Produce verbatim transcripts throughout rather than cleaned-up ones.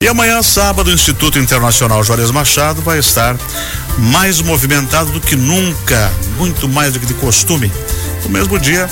E amanhã, sábado, o Instituto Internacional Juarez Machado vai estar mais movimentado do que nunca, muito mais do que de costume. No mesmo dia,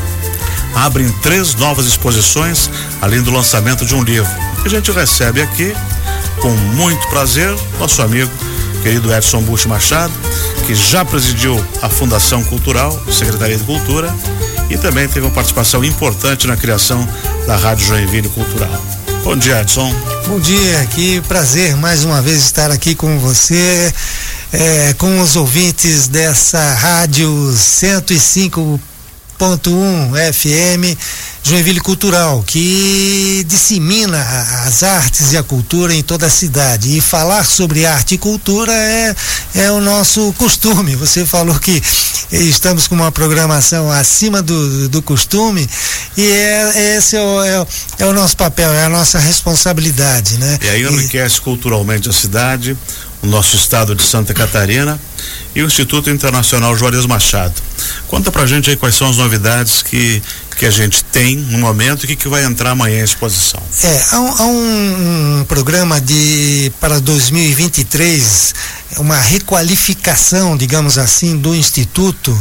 abrem três novas exposições, além do lançamento de um livro. A gente recebe aqui, com muito prazer, nosso amigo, querido Edson Bush Machado, que já presidiu a Fundação Cultural, Secretaria de Cultura, e também teve uma participação importante na criação da Rádio Joinville Cultural. Bom dia, Edson. Bom dia, que prazer mais uma vez estar aqui com você, é, com os ouvintes dessa Rádio cento e cinco ponto um F M Joinville Cultural, que dissemina as artes e a cultura em toda a cidade. E falar sobre arte e cultura é, é o nosso costume. Você falou que estamos com uma programação acima do, do costume, e é, esse é o, é, é o nosso papel, é a nossa responsabilidade, né? E aí enriquece e... culturalmente a cidade, o nosso estado de Santa Catarina e o Instituto Internacional Juarez Machado. Conta pra gente aí quais são as novidades que, que a gente tem no momento e que, que vai entrar amanhã em exposição. É, há um, há um, um programa de, para dois mil e vinte e três, uma requalificação, digamos assim, do Instituto,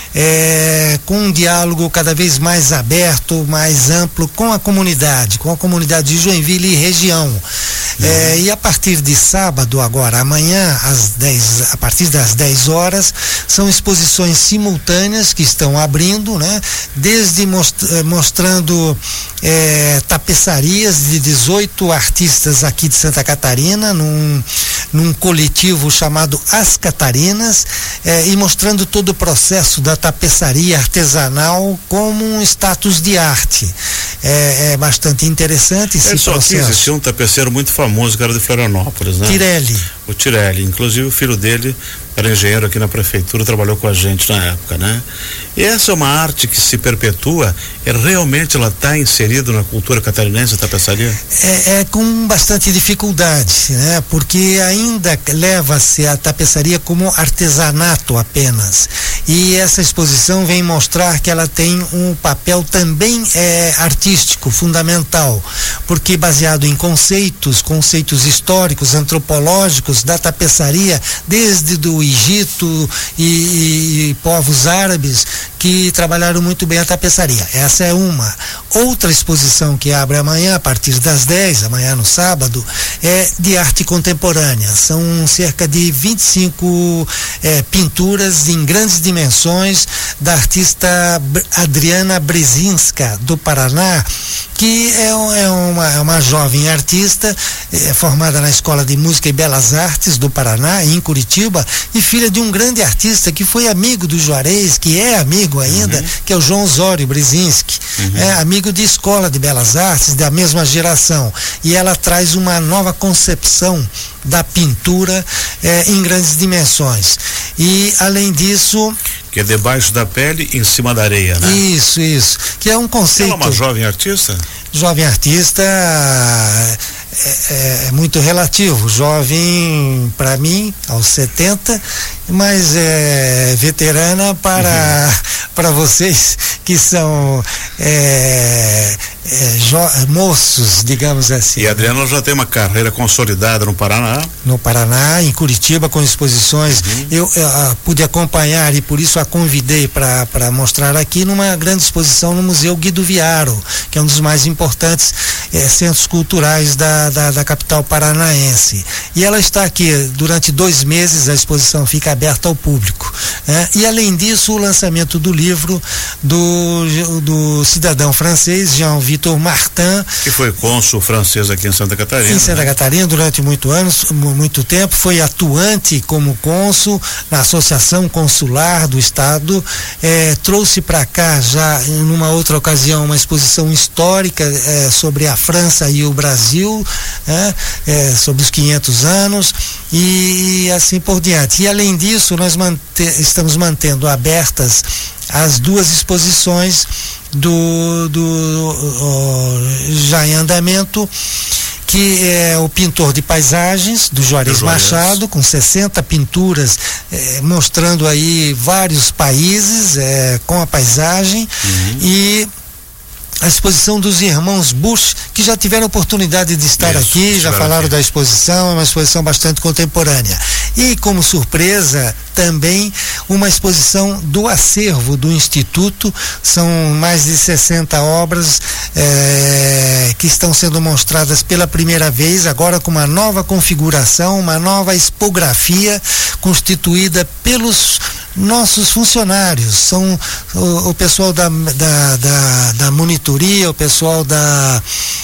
É, com um diálogo cada vez mais aberto, mais amplo com a comunidade, com a comunidade de Joinville e região. Uhum. É, e a partir de sábado, agora, amanhã, às dez, a partir das dez horas, são exposições simultâneas que estão abrindo, né? Desde most, mostrando é, tapeçarias de dezoito artistas aqui de Santa Catarina, num, num coletivo chamado As Catarinas, é, e mostrando todo o processo da tapeçaria artesanal como um status de arte. É, é bastante interessante esse processo. Só que existia um tapeceiro muito famoso que era de Florianópolis, né? Tirelli. O Tirelli, inclusive o filho dele era engenheiro aqui na prefeitura, trabalhou com a gente na época, né? E essa é uma arte que se perpetua, é realmente ela está inserida na cultura catarinense, a tapeçaria? É, é com bastante dificuldade, né? Porque ainda leva-se a tapeçaria como artesanato apenas. E essa exposição vem mostrar que ela tem um papel também é, artístico, fundamental, porque baseado em conceitos, conceitos históricos, antropológicos da tapeçaria, desde do Egito e, e, e povos árabes que trabalharam muito bem a tapeçaria. Essa é uma. Outra exposição que abre amanhã, a partir das dez, amanhã no sábado, é de arte contemporânea. São cerca de vinte e cinco é, pinturas em grandes dimensões da artista Adriana Brzezinska, do Paraná, que é, é, uma, é uma jovem artista é, formada na Escola de Música e Belas Artes do Paraná, em Curitiba, e filha de um grande artista que foi amigo do Juarez, que é amigo ainda, uhum. que é o João Osório Brzezinski, uhum. é amigo de Escola de Belas Artes, da mesma geração. E ela traz uma nova concepção da pintura é, em grandes dimensões. E, além disso... Que é debaixo da pele, em cima da areia, né? Isso, isso. Que é um conceito... Ela é uma jovem artista? Jovem artista é, é, é muito relativo. Jovem, para mim, aos setenta, mas é veterana para, uhum. para vocês que são é, é, jo, moços, digamos assim. E a Adriana já tem uma carreira consolidada no Paraná? No Paraná, em Curitiba, com exposições. Uhum. Eu, eu, eu pude acompanhar e por isso a convidei para mostrar aqui numa grande exposição no Museu Guido Viaro, que é um dos mais importantes é, centros culturais da, da, da capital paranaense. E ela está aqui durante dois meses, a exposição fica aberta ao público. Né? E além disso, o lançamento do livro do, do cidadão francês, Jean-Victor Martin, que foi cônsul francês aqui em Santa Catarina. Em Santa né? Catarina, durante muito anos, muito tempo, foi atuante como cônsul na Associação Consular do Estado, é, trouxe para cá já numa outra ocasião uma exposição histórica é, sobre a França e o Brasil, é, é, sobre os quinhentos anos e, e assim por diante. E além disso, nós mante- estamos mantendo abertas as duas exposições do, do o, já em andamento, que é o pintor de paisagens do Juarez Machado, com sessenta pinturas eh, mostrando aí vários países eh, com a paisagem, uhum. e a exposição dos irmãos Bush, que já tiveram oportunidade de estar Isso, aqui, já falaram aqui. da exposição, é uma exposição bastante contemporânea. E como surpresa, também uma exposição do acervo do Instituto, são mais de sessenta obras é, que estão sendo mostradas pela primeira vez, agora com uma nova configuração, uma nova expografia constituída pelos nossos funcionários, são o, o pessoal da, da, da, da monitoria, o pessoal da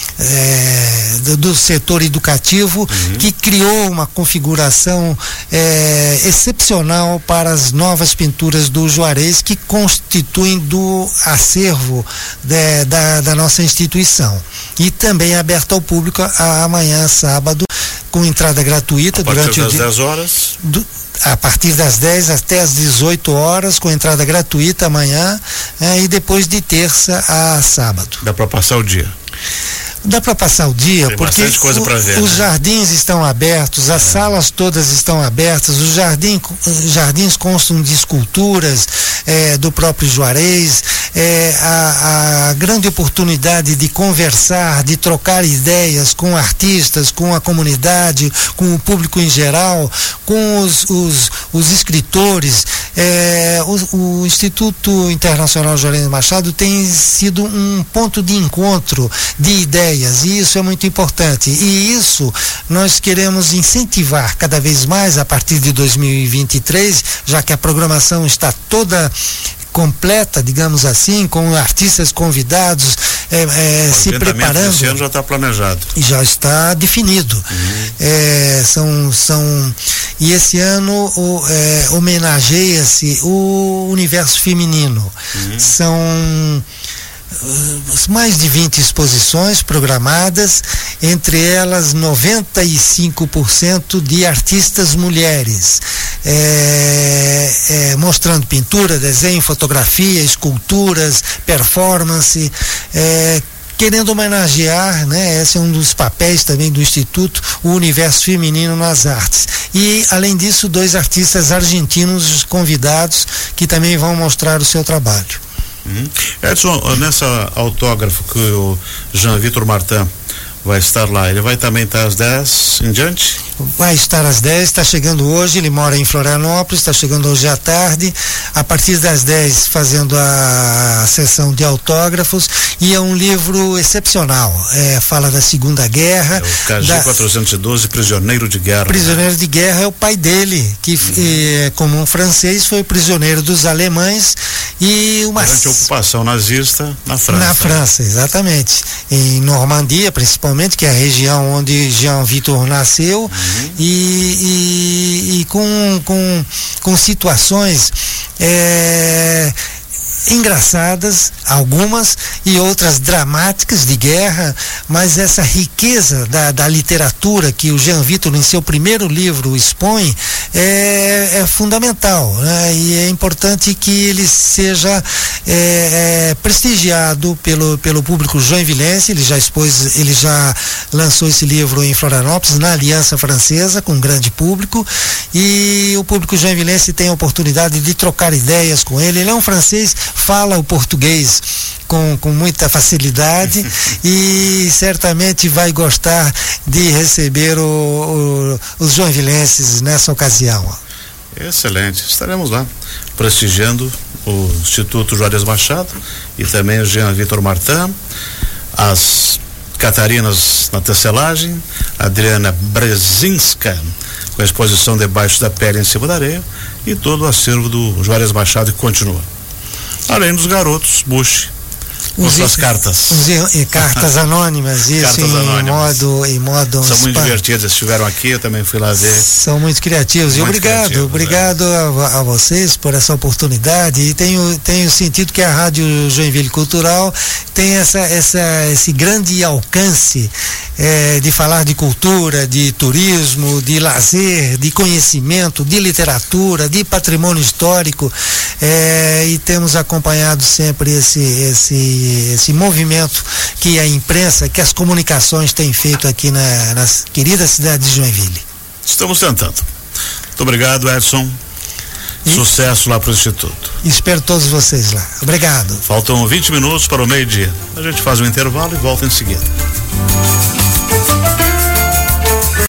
É, do, do setor educativo, uhum. que criou uma configuração é, excepcional para as novas pinturas do Juarez, que constituem do acervo de, da, da nossa instituição. E também é aberto ao público a, amanhã, sábado, com entrada gratuita durante o dia. dez horas? Do, a partir das dez até as dezoito horas, com entrada gratuita amanhã, é, e depois de terça a sábado. Dá para passar o dia? Dá para passar o dia, Tem porque coisa o, ver, os né? jardins estão abertos, as é. salas todas estão abertas, os jardim, jardins constam de esculturas é, do próprio Juarez, é, a, a grande oportunidade de conversar, de trocar ideias com artistas, com a comunidade, com o público em geral, com os, os, os escritores. É, o, o Instituto Internacional Juarez Machado tem sido um ponto de encontro de ideias, e isso é muito importante, e isso nós queremos incentivar cada vez mais a partir de dois mil e vinte e três, já que a programação está toda completa, digamos assim, com artistas convidados, é, é, se preparando. Esse ano já está planejado. E já está definido. Uhum. É, são, são, e esse ano o, é, homenageia-se o universo feminino. Uhum. São mais de vinte exposições programadas, entre elas noventa e cinco por cento de artistas mulheres, é, é, mostrando pintura, desenho, fotografia, esculturas, performance, é, querendo homenagear, né, esse é um dos papéis também do Instituto, o universo feminino nas artes. E, além disso, dois artistas argentinos convidados que também vão mostrar o seu trabalho. Uhum. Edson, nessa autógrafo que o Jean Vitor Martin vai estar lá, ele vai também estar às dez em diante? Vai estar às dez, está chegando hoje, ele mora em Florianópolis, está chegando hoje à tarde, a partir das dez fazendo a, a sessão de autógrafos, e é um livro excepcional, é, fala da Segunda Guerra. É o K G quatrocentos e doze, Prisioneiro de Guerra. Prisioneiro né? de Guerra é o pai dele, que uhum. é, como um francês, foi prisioneiro dos alemães e uma... Durante a ocupação nazista na França. Na França, exatamente. Em Normandia, principalmente, que é a região onde Jean Vitor nasceu. Uhum. E, e, e com, com, com situações é, engraçadas, algumas, e outras dramáticas de guerra, mas essa riqueza da, da literatura que o Jean Vitor em seu primeiro livro expõe é, é fundamental, né? E é importante que ele seja é, é, prestigiado pelo, pelo público joinvilense. Ele já expôs, ele já lançou esse livro em Florianópolis, na Aliança Francesa, com um grande público, e o público joinvilense tem a oportunidade de trocar ideias com ele. Ele é um francês, fala o português com, com muita facilidade e certamente vai gostar de receber o, o, os joinvilenses nessa ocasião. Excelente, estaremos lá prestigiando o Instituto Juarez Machado e também o Jean Vitor Martin, as Catarinas na tecelagem, a Adriana Brzezinska com a exposição Debaixo da Pele em Cima da Areia, e todo o acervo do Juarez Machado que continua. Além dos garotos Bush, com os suas cartas. Os, e, cartas anônimas, isso, cartas em, anônimas. modo, em modo. São muito divertidas, estiveram aqui, eu também fui lá ver. São muito criativos. Muito e obrigado, criativos, obrigado é. a, a vocês por essa oportunidade. E tenho, tenho sentido que a Rádio Joinville Cultural tem essa, essa, esse grande alcance é, de falar de cultura, de turismo, de lazer, de conhecimento, de literatura, de patrimônio histórico. É, e temos acompanhado sempre esse, esse esse movimento que a imprensa, que as comunicações têm feito aqui na, na querida cidade de Joinville. Estamos tentando. Muito obrigado, Edson. E sucesso lá pro Instituto. Espero todos vocês lá. Obrigado. Faltam vinte minutos para o meio-dia. A gente faz um intervalo e volta em seguida.